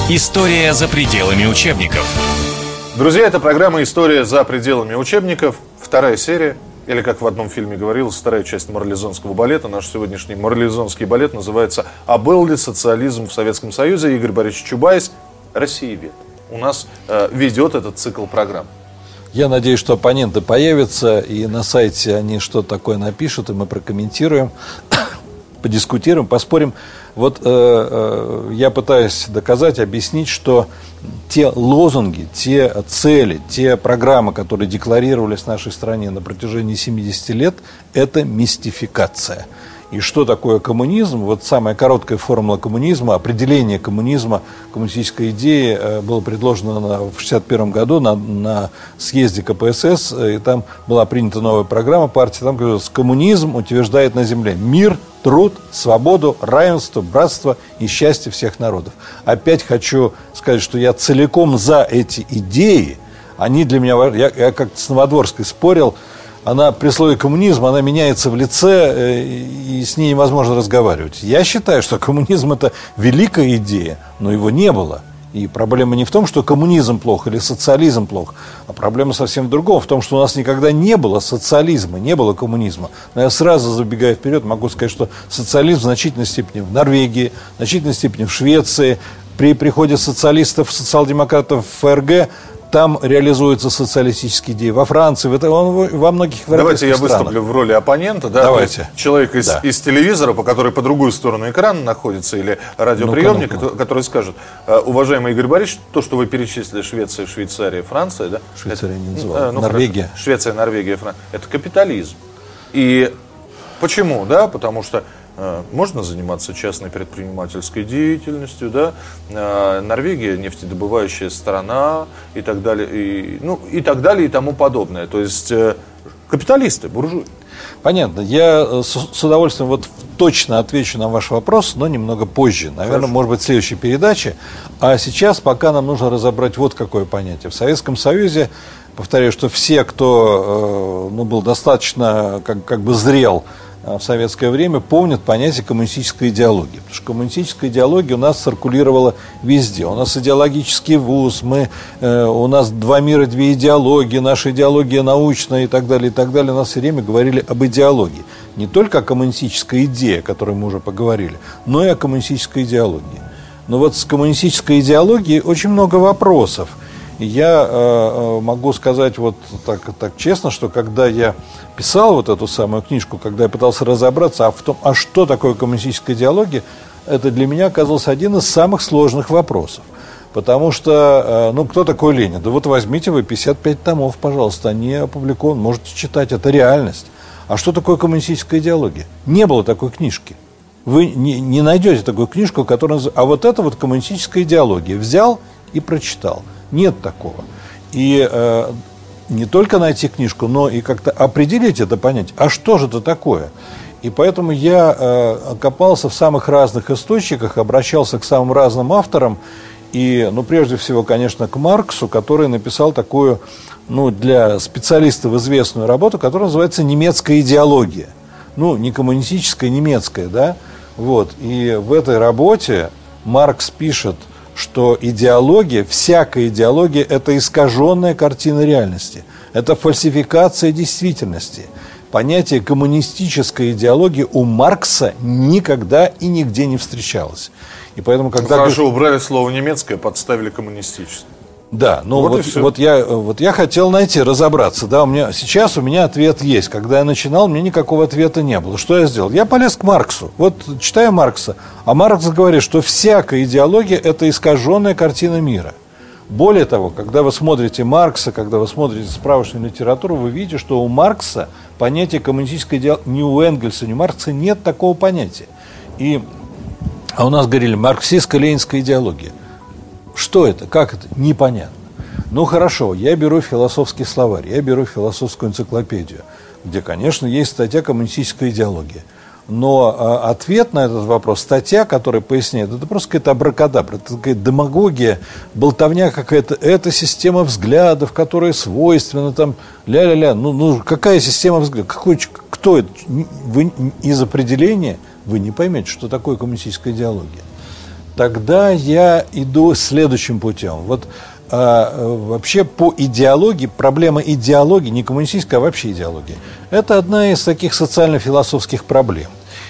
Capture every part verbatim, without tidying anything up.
История за пределами учебников. Друзья, это программа «История за пределами учебников». Вторая серия, или, как в одном фильме говорилось, вторая часть марлезонского балета. Наш сегодняшний марлезонский балет называется «А был ли социализм в Советском Союзе?» Игорь Борисович Чубайс, «Россиявед», у нас э, ведет этот цикл программ. Я надеюсь, что оппоненты появятся, и на сайте они что-то такое напишут, и мы прокомментируем, подискутируем, поспорим. Вот э, э, я пытаюсь доказать, объяснить, что те лозунги, те цели, те программы, которые декларировались в нашей стране на протяжении семидесяти лет, это мистификация. И что такое коммунизм? Вот самая короткая формула коммунизма, определение коммунизма, коммунистической идеи э, было предложено на, в шестьдесят первом году на, на съезде ка пэ эс эс, и там была принята новая программа партии, там говорилось: коммунизм утверждает на земле мир, труд, свободу, равенство, братство и счастье всех народов. Опять хочу сказать, что я целиком за эти идеи. Они для меня важны. Я, я как-то с Новодворской спорил. Она при слове коммунизм, она меняется в лице, и с ней невозможно разговаривать. Я считаю, что коммунизм – это великая идея, но его не было. И проблема не в том, что коммунизм плох или социализм плох, а проблема совсем в другом, в том, что у нас никогда не было социализма, не было коммунизма. Но я сразу, забегая вперед, могу сказать, что социализм в значительной степени в Норвегии, в значительной степени в Швеции. При приходе социалистов, социал-демократов в эф эр гэ там реализуются социалистические идеи. Во Франции, в это, во многих европейских Давайте я странах. выступлю в роли оппонента. Да? Давайте. Человек из, да. из телевизора, по который по другую сторону экрана находится, или радиоприемник, ну-ка, ну-ка. который скажет: уважаемый Игорь Борисович, то, что вы перечислили, Швеция, Швейцария, Франция, да? Швейцария это, не называла. Ну, Норвегия. Хорошо. Швеция, Норвегия, Франция. Это капитализм. И почему? Да? Потому что можно заниматься частной предпринимательской деятельностью, да? Норвегия нефтедобывающая страна и так далее, и, ну, и так далее и тому подобное. То есть капиталисты, буржуи. Понятно. Я с, с удовольствием вот точно отвечу на ваш вопрос, но немного позже. Наверное, Хорошо. Может быть, в следующей передаче. А сейчас пока нам нужно разобрать вот какое понятие. В Советском Союзе, повторяю, что все, кто ну, был достаточно как, как бы зрел в советское время, помнят понятие коммунистической идеологии. Потому что коммунистическая идеология у нас циркулировала везде. У нас идеологический вуз, мы, э, у нас два мира, две идеологии, наша идеология научная и так далее, и так далее. У нас все время говорили об идеологии. Не только о коммунистической идее, о которой мы уже поговорили, но и о коммунистической идеологии. Но вот с коммунистической идеологией очень много вопросов. И я э, могу сказать вот так, так честно, что когда я писал вот эту самую книжку, когда я пытался разобраться, а в том, а что такое коммунистическая идеология, это для меня оказался один из самых сложных вопросов. Потому что, э, ну, кто такой Ленин? Да вот возьмите вы пятьдесят пять томов, пожалуйста, они опубликованы, можете читать, это реальность. А что такое коммунистическая идеология? Не было такой книжки. Вы не, не найдете такую книжку, которая... А вот это вот коммунистическая идеология. Взял и прочитал. Нет такого. И э, не только найти книжку, но и как-то определить это, понять, а что же это такое? И поэтому я э, копался в самых разных источниках, обращался к самым разным авторам. И, ну, прежде всего, конечно, к Марксу, который написал такую, ну, для специалистов известную работу, которая называется «Немецкая идеология». Ну, не коммунистическая, немецкая, да? Вот. И в этой работе Маркс пишет, что идеология, всякая идеология – это искаженная картина реальности, это фальсификация действительности. Понятие коммунистической идеологии у Маркса никогда и нигде не встречалось. И поэтому, когда... Хорошо, убрали слово «немецкое», подставили «коммунистическое». Да, ну вот, вот, вот, я, вот я хотел найти, разобраться. Да, у меня, сейчас у меня ответ есть. Когда я начинал, у меня никакого ответа не было. Что я сделал? Я полез к Марксу. Вот читаю Маркса. А Маркс говорит, что всякая идеология – это искаженная картина мира. Более того, когда вы смотрите Маркса, когда вы смотрите справочную литературу, вы видите, что у Маркса понятие коммунистической идеологии, ни у Энгельса, ни у Маркса нет такого понятия. И, а у нас говорили марксистско-ленинская идеология. Что это? Как это? Непонятно. Ну, хорошо, я беру философский словарь, я беру философскую энциклопедию, где, конечно, есть статья «Коммунистическая идеология». Но а, ответ на этот вопрос, статья, которая поясняет, это просто какая-то абракадабра, это какая-то демагогия, болтовня какая-то, это система взглядов, которая свойственна, там, ля-ля-ля. Ну, ну какая система взглядов? Какой, кто это? Вы из определения вы не поймете, что такое коммунистическая идеология. тогда я иду следующим путем. Вот а, вообще по идеологии, проблема идеологии, не коммунистическая, а вообще идеология, это одна из таких социально-философских проблем.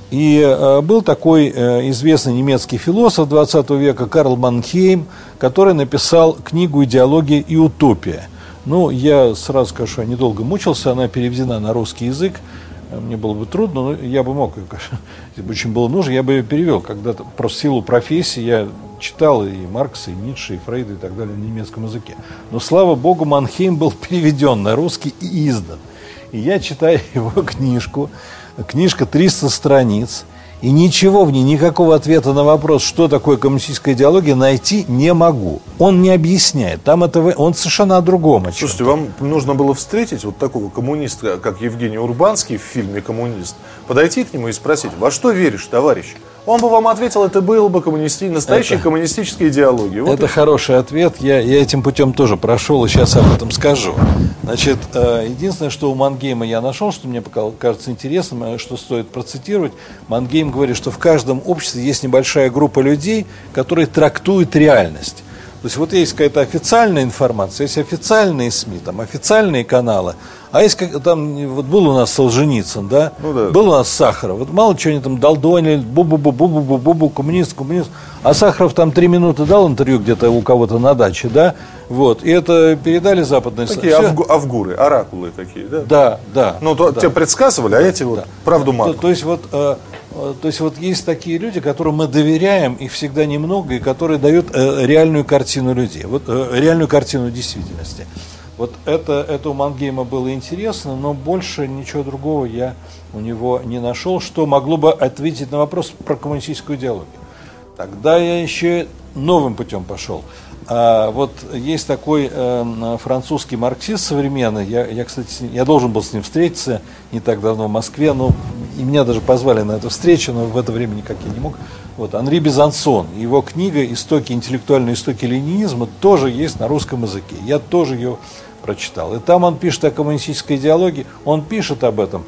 И э, был такой э, известный немецкий философ двадцатого века Карл Маннхейм, который написал книгу «Идеология и утопия». Ну, я сразу скажу, что я недолго мучился, она переведена на русский язык. Мне было бы трудно, но я бы мог, если бы очень было нужно, я бы ее перевел. Когда-то просто в силу профессии я читал и Маркса, и Ницше, и Фрейда, и так далее на немецком языке. Но, слава богу, Маннхейм был переведен на русский и издан. И я читаю его книжку. Книжка триста страниц, и ничего в ней, никакого ответа на вопрос, что такое коммунистическая идеология, найти не могу. Он не объясняет. Там это, он совершенно о другом. О Слушайте, вам нужно было встретить вот такого коммуниста, как Евгений Урбанский в фильме «Коммунист», подойти к нему и спросить: во что веришь, товарищ? Он бы вам ответил, это был бы коммунисти... настоящая это, коммунистическая идеология. Вот это и... хороший ответ. Я, я этим путем тоже прошел, и сейчас об этом скажу. Значит, единственное, что у Мангейма я нашел, что мне кажется интересным, что стоит процитировать. Мангейм говорит, что в каждом обществе есть небольшая группа людей, которые трактуют реальность. То есть вот есть какая-то официальная информация, есть официальные СМИ, там официальные каналы, а есть как там, вот был у нас Солженицын, да, ну, да. был у нас Сахаров, вот мало чего они там долдонили, бу-бу-бу-бу-бу-бу-бу, коммунист, коммунист, а Сахаров там три минуты дал интервью где-то у кого-то на даче, да, вот, и это передали западные СМИ. Такие авгу, авгуры, оракулы такие, да? Да, да. Ну, то, да. Те предсказывали, а эти вот да. правду матку. То, то есть вот... То есть вот есть такие люди, которым мы доверяем, их всегда немного, и которые дают э, реальную картину людей, вот, э, реальную картину действительности. Вот это, это у Мангейма было интересно, но больше ничего другого я у него не нашел, что могло бы ответить на вопрос про коммунистическую идеологию. Тогда я еще новым путем пошел. А, вот есть такой э, французский марксист современный, я, я, кстати, я должен был с ним встретиться не так давно в Москве, но и меня даже позвали на эту встречу, но в это время никак я не мог. Вот, Анри Безансон, его книга «Истоки, интеллектуальные истоки ленинизма» тоже есть на русском языке, я тоже ее прочитал. И там он пишет о коммунистической идеологии, он пишет об этом,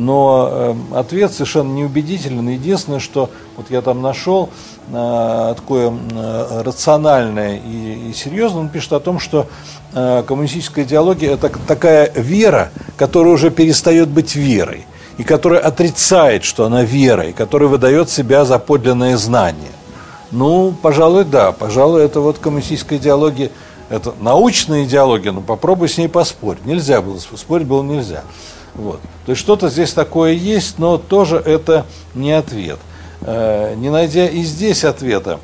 но э, ответ совершенно неубедительный. Единственное, что вот я там нашел э, такое э, рациональное и, и серьезное, он пишет о том, что э, коммунистическая идеология – это такая вера, которая уже перестает быть верой, и которая отрицает, что она вера, и которая выдает себя за подлинное знание. Ну, пожалуй, да, пожалуй, это вот коммунистическая идеология, это научная идеология, но попробуй с ней поспорить. Нельзя было, спорить было нельзя. Вот. То есть что-то здесь такое есть, но тоже это не ответ. Э, не найдя и здесь ответа,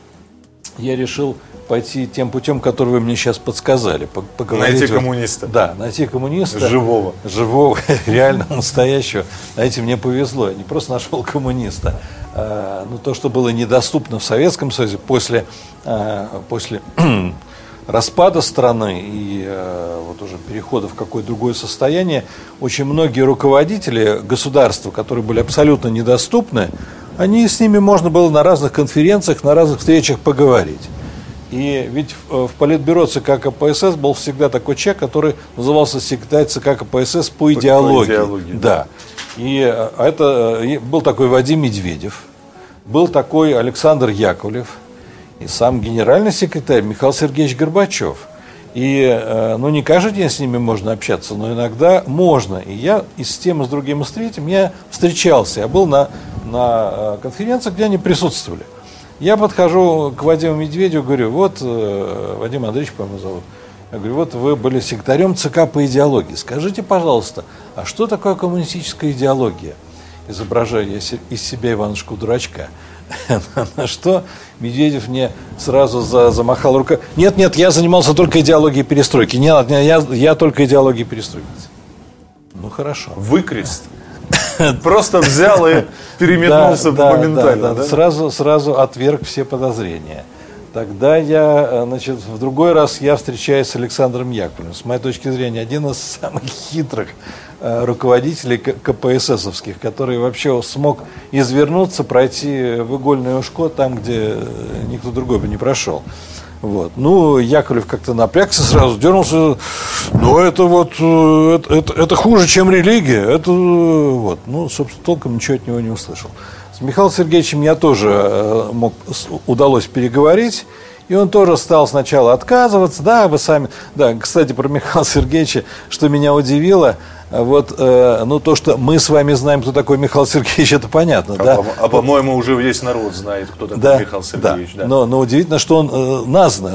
я решил пойти тем путем, который вы мне сейчас подсказали. Найти коммуниста. Да, найти коммуниста. Живого. Живого, реально настоящего. Знаете, мне повезло, я не просто нашел коммуниста. А, ну, то, что было недоступно в Советском Союзе после, а, после распада страны и э, вот уже перехода в какое-то другое состояние, очень многие руководители государства, которые были абсолютно недоступны, они с ними можно было на разных конференциях, на разных встречах поговорить. И ведь в, в политбюро ЦК КПСС был всегда такой человек, который назывался секретарь ЦК КПСС по идеологии. По идеологии да. Да. И а это и был такой Вадим Медведев, был такой Александр Яковлев, и сам генеральный секретарь Михаил Сергеевич Горбачев. И, ну, не каждый день с ними можно общаться, но иногда можно. И я и с тем, и с другим, и с третьим я встречался. Я был на, на конференциях, где они присутствовали. Я подхожу к Вадиму Медведеву, говорю: вот, Вадим Андреевич, по-моему, зовут. Я говорю: вот вы были секретарем ЦК по идеологии. Скажите, пожалуйста, а что такое коммунистическая идеология? Изображаю я из себя Иванушку-дурачка. На что Медведев мне сразу за, замахал рукой. Нет, нет, я занимался только идеологией перестройки. Нет, нет, я, я только идеологией перестройки. Ну, хорошо. Выкрест. Просто взял и переметнулся моментально. Сразу, сразу отверг все подозрения. Тогда я, значит, в другой раз я встречаюсь с Александром Яковлевым. С моей точки зрения, один из самых хитрых э, руководителей КПССовских, который вообще смог извернуться, пройти в игольное ушко там, где никто другой бы не прошел. Вот. Ну, Яковлев как-то напрягся сразу, дернулся. Ну, это вот, это, это, это хуже, чем религия. Это, вот. Ну, собственно, толком ничего от него не услышал. С Михаилом Сергеевичем я тоже мог, удалось переговорить. И он тоже стал сначала отказываться. Да, вы сами... Да, кстати, про Михаила Сергеевича, что меня удивило, вот, э, ну, то, что мы с вами знаем, кто такой Михаил Сергеевич, это понятно, а, да? По, а, по-моему, уже весь народ знает, кто такой да, Михаил Сергеевич. Да. Да. Но, но удивительно, что он э, нас знает.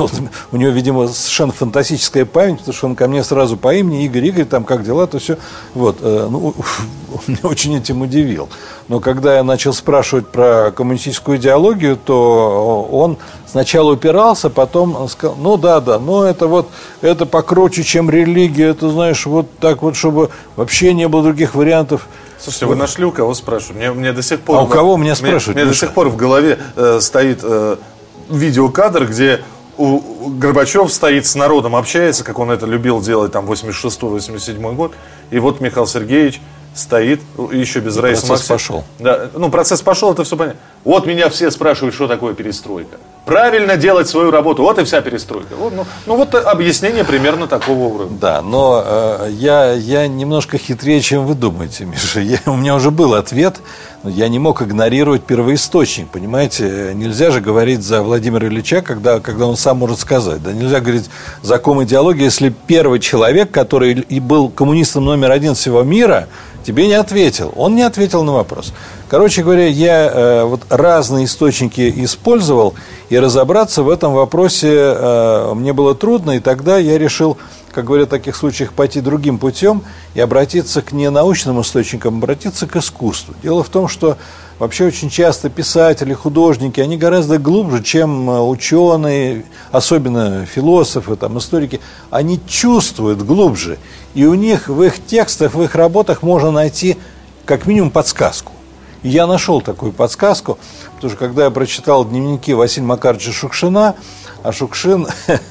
У него, видимо, совершенно фантастическая память, потому что он ко мне сразу по имени: Игорь, Игорь, там, как дела, то все. Вот, э, ну, он меня очень этим удивил. Но когда я начал спрашивать про коммунистическую идеологию, то он сначала упирался, потом сказал: ну да, да, но это вот, это покруче, чем религия, это, знаешь, вот так вот, чтобы вообще не было других вариантов. Слушайте, вы нашли, у кого спрашивать? Мне, мне до сих пор... А у кого меня спрашивают? Мне, мне до сих пор в голове э, стоит э, видеокадр, где у, Горбачев стоит с народом, общается, как он это любил делать, там, восемьдесят шестой — восемьдесят седьмой год, и вот Михаил Сергеевич стоит, еще без Раисы Максимовны. Процесс пошел. Да, ну, процесс пошел, это все понятно. Вот меня все спрашивают, что такое перестройка. Правильно делать свою работу, вот и вся перестройка. Вот, ну, ну, вот объяснение примерно такого уровня. Да, но э, я, я немножко хитрее, чем вы думаете, Миша. Я, у меня уже был ответ, но я не мог игнорировать первоисточник, понимаете? Нельзя же говорить за Владимира Ильича, когда, когда он сам может сказать. Да, нельзя говорить за ком-идеологию, если первый человек, который и был коммунистом номер один всего мира, тебе не ответил. Он не ответил на вопрос. Короче говоря, я э, вот разные источники использовал, и разобраться в этом вопросе э, мне было трудно, и тогда я решил, как говорят в таких случаях, пойти другим путем и обратиться к не научным источникам, обратиться к искусству. Дело в том, что вообще очень часто писатели, художники, они гораздо глубже, чем ученые, особенно философы, там, историки, они чувствуют глубже, и у них в их текстах, в их работах можно найти как минимум подсказку. И я нашел такую подсказку, потому что когда я прочитал дневники Василия Макаровича Шукшина, а Шукшин,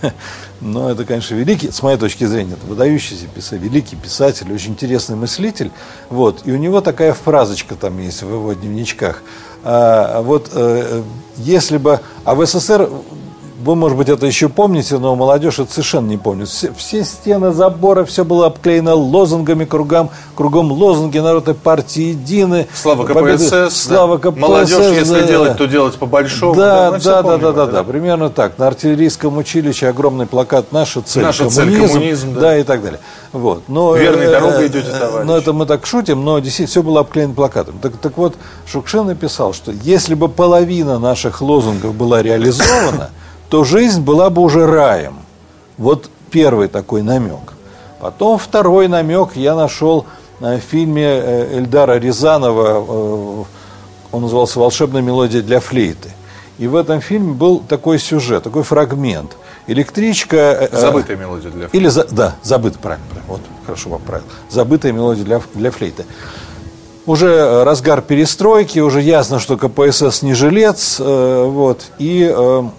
ну, это, конечно, великий, с моей точки зрения, это выдающийся писатель, великий писатель, очень интересный мыслитель, вот, и у него такая фразочка там есть в его дневничках, а, вот, э, если бы, а в СССР, вы, может быть, это еще помните, но молодежь это совершенно не помнит. Все, все стены забора, все было обклеено лозунгами, кругом, кругом лозунги народной партии едины. Слава КПСС. Слава КПСС. Молодежь, если да, делать, то делать по-большому. Да, да, да, да, да, да, да, примерно так. На артиллерийском училище огромный плакат «Наша цель, Наша коммунизм», цель коммунизм, да. да, и так далее. Вот. Но, Верной э, дорогой идете, товарищ. Но это мы так шутим, но действительно все было обклеено плакатом. Так, так вот, Шукшин написал, что если бы половина наших лозунгов была реализована, то жизнь была бы уже раем. Вот первый такой намек. Потом второй намек я нашел в фильме Эльдара Рязанова, он назывался «Волшебная мелодия для флейты». И в этом фильме был такой сюжет, такой фрагмент. Электричка... Забытая мелодия для флейты. Или, да, забытая, правильно, вот, хорошо поправил. Забытая мелодия для, для флейты. Уже разгар перестройки, уже ясно, что КПСС не жилец, вот, и...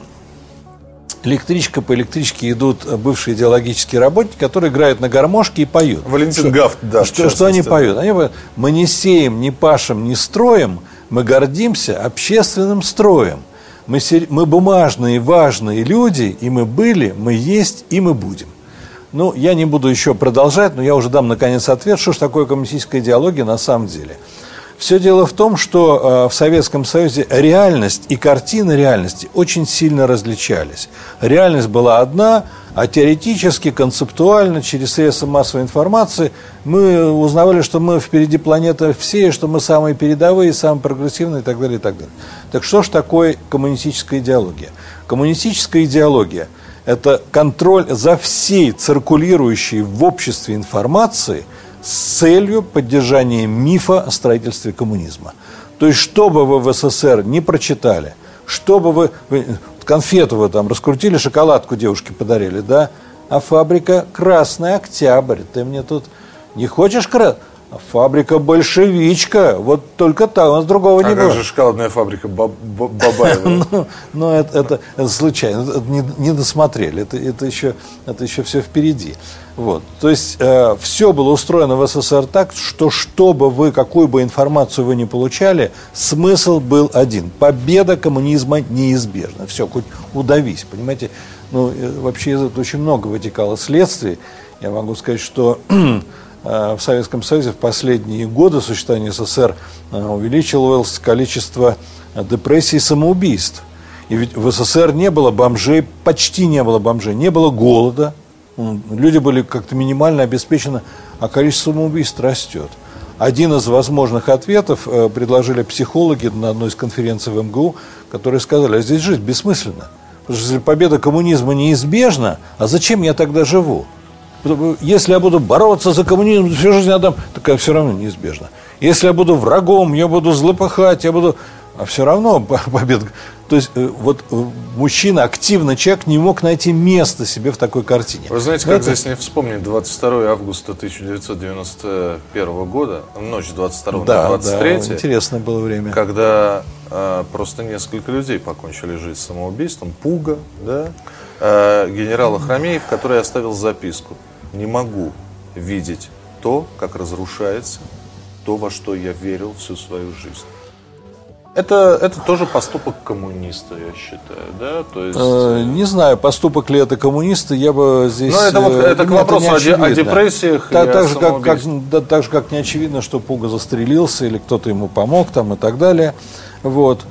Электричка по электричке идут бывшие идеологические работники, которые играют на гармошке и поют. Валентин что, Гафт, да. Что, что они поют? Они поют: мы не сеем, не пашем, не строим, мы гордимся общественным строем. Мы, сер... мы бумажные, важные люди, и мы были, мы есть, и мы будем. Ну, я не буду еще продолжать, но я уже дам, наконец, ответ, что же такое коммунистическая идеология на самом деле. Все дело в том, что э, в Советском Союзе реальность и картина реальности очень сильно различались. Реальность была одна, а теоретически, концептуально, через средства массовой информации мы узнавали, что мы впереди планеты всей, что мы самые передовые, самые прогрессивные и так далее, и так далее. Так что же такое коммунистическая идеология? Коммунистическая идеология – это контроль за всей циркулирующей в обществе информацией с целью поддержания мифа о строительстве коммунизма. То есть, что бы вы в СССР не прочитали, что бы вы, вы конфету вы там раскрутили, шоколадку девушке подарили, да, а фабрика «Красный Октябрь», ты мне тут не хочешь красный? Фабрика «Большевичка», вот только так, у нас другого не было. А как же шоколадная фабрика Бабаева? Ну, ну это, это, это случайно, это не, не досмотрели, это, это, еще, это еще все впереди. Вот. То есть э, все было устроено в СССР так, что чтобы вы, какую бы информацию вы ни получали, смысл был один: победа коммунизма неизбежна. Все, хоть удавись, понимаете? Ну, вообще из этого очень много вытекало следствий. Я могу сказать, что в Советском Союзе в последние годы существования СССР увеличивалось количество депрессий и самоубийств. И ведь в СССР не было бомжей, почти не было бомжей, не было голода. Люди были как-то минимально обеспечены, а количество самоубийств растет. Один из возможных ответов предложили психологи на одной из конференций в эм гэ у, которые сказали, а здесь жить бессмысленно. Потому что если победа коммунизма неизбежна, а зачем я тогда живу? Если я буду бороться за коммунизм, всю жизнь отдам, так все равно неизбежно. Если я буду врагом, я буду злопыхать, я буду... А все равно победа... То есть вот мужчина, активный человек, не мог найти место себе в такой картине. Вы знаете, как это... здесь не вспомнить двадцать второго августа тысяча девятьсот девяносто первого года, ночь с двадцать второго да, на двадцать третье. Да, интересное было время. Когда э, просто несколько людей покончили жизнь самоубийством. Пуга, да, э, генерал Ахрамеев, который оставил записку. Не могу видеть то, как разрушается то, во что я верил всю свою жизнь. Это, это тоже поступок коммуниста, я считаю, да? То есть... э, не знаю, поступок ли это коммуниста, я бы здесь... Ну, это, вот, это к вопросу о, о депрессиях так, и так о же, как, как, да, так же, как не очевидно, что Пуга застрелился или кто-то ему помог там, и так далее. Вот.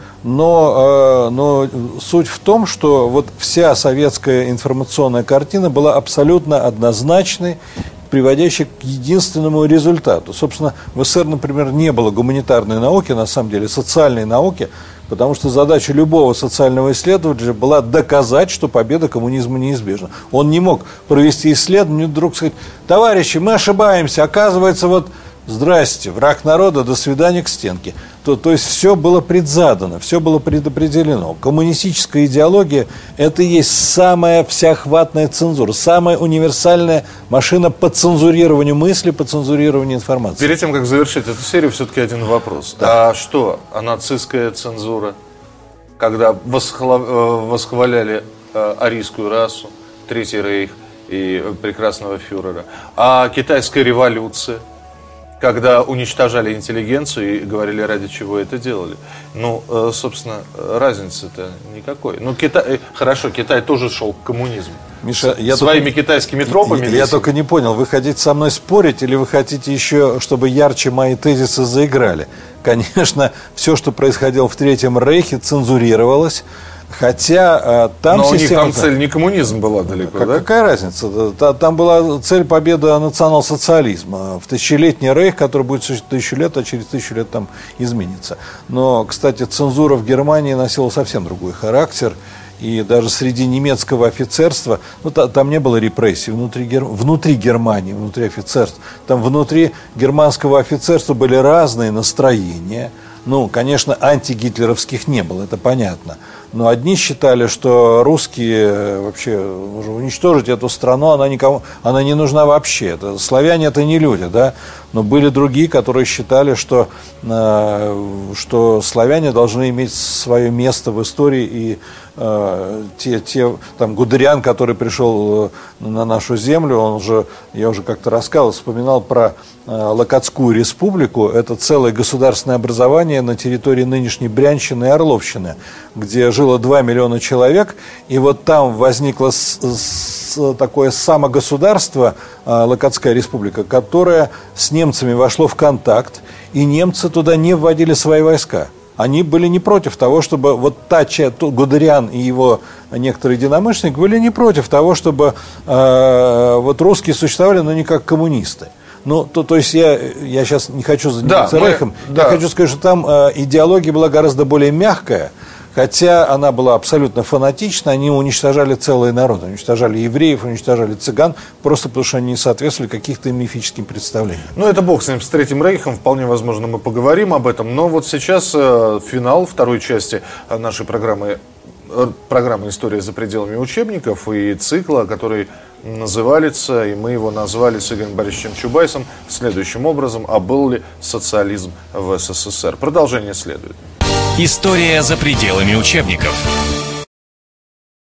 Но, э, но суть в том, что вот вся советская информационная картина была абсолютно однозначной, приводящий к единственному результату. Собственно, в СССР, например, не было гуманитарной науки, на самом деле, социальной науки, потому что задача любого социального исследователя была доказать, что победа коммунизма неизбежна. Он не мог провести исследование и вдруг сказать, товарищи, мы ошибаемся, оказывается, вот, здрасте, враг народа, до свидания к стенке. То, то есть все было предзадано, все было предопределено. Коммунистическая идеология – это и есть самая всеохватная цензура, самая универсальная машина по цензурированию мысли, по цензурированию информации. Перед тем, как завершить эту серию, все-таки один вопрос. Да. А что, а нацистская цензура, когда восхваляли арийскую расу, Третий рейх и прекрасного фюрера, а китайская революция, когда уничтожали интеллигенцию и говорили, ради чего это делали. Ну, собственно, разницы-то никакой. Ну, Китай, хорошо, Китай тоже шел к коммунизму. Миша, я своими только, китайскими тропами. Я, я только не понял, вы хотите со мной спорить или вы хотите еще, чтобы ярче мои тезисы заиграли? Конечно, все, что происходило в Третьем Рейхе, цензурировалось. Хотя там но система... у них там цель не коммунизм была далеко, как, да? Какая разница? Там была цель победы национал-социализма в тысячелетний рейх, который будет существовать тысячу лет, а через тысячу лет там изменится. Но, кстати, цензура в Германии носила совсем другой характер. И даже среди немецкого офицерства, ну, та, там не было репрессий внутри, гер, внутри Германии, внутри офицерства. Там внутри германского офицерства были разные настроения. Ну, конечно, антигитлеровских не было, это понятно. Но одни считали, что русские вообще нужно уничтожить эту страну, она никому, она не нужна вообще. Это, славяне это не люди, да. Но были другие, которые считали, что, э, что славяне должны иметь свое место в истории. И э, те, те, там, Гудериан, который пришел на нашу землю, он уже, я уже как-то рассказывал, вспоминал про э, Локотскую республику. Это целое государственное образование на территории нынешней Брянщины и Орловщины, где жило два миллиона человек. И вот там возникло с, с, такое самогосударство, э, Локотская республика, которое с немцами вошло в контакт, и немцы туда не вводили свои войска. Они были не против того, чтобы вот та часть, Гудериан и его некоторые единомышленники были не против того, чтобы э, вот русские существовали, но не как коммунисты. Ну, то, то есть я, я сейчас не хочу заниматься да, Рейхом, мы, да. Я хочу сказать, что там э, идеология была гораздо более мягкая, хотя она была абсолютно фанатична, они уничтожали целые народы, уничтожали евреев, уничтожали цыган, просто потому что они не соответствовали каким-то мифическим представлениям. Ну, это бог с ним, с Третьим Рейхом, вполне возможно, мы поговорим об этом, но вот сейчас э, финал второй части нашей программы, э, программы «История за пределами учебников» и цикла, который называется, и мы его назвали с Игорем Борисовичем Чубайсом следующим образом: «А был ли социализм в СССР?». Продолжение следует. История за пределами учебников.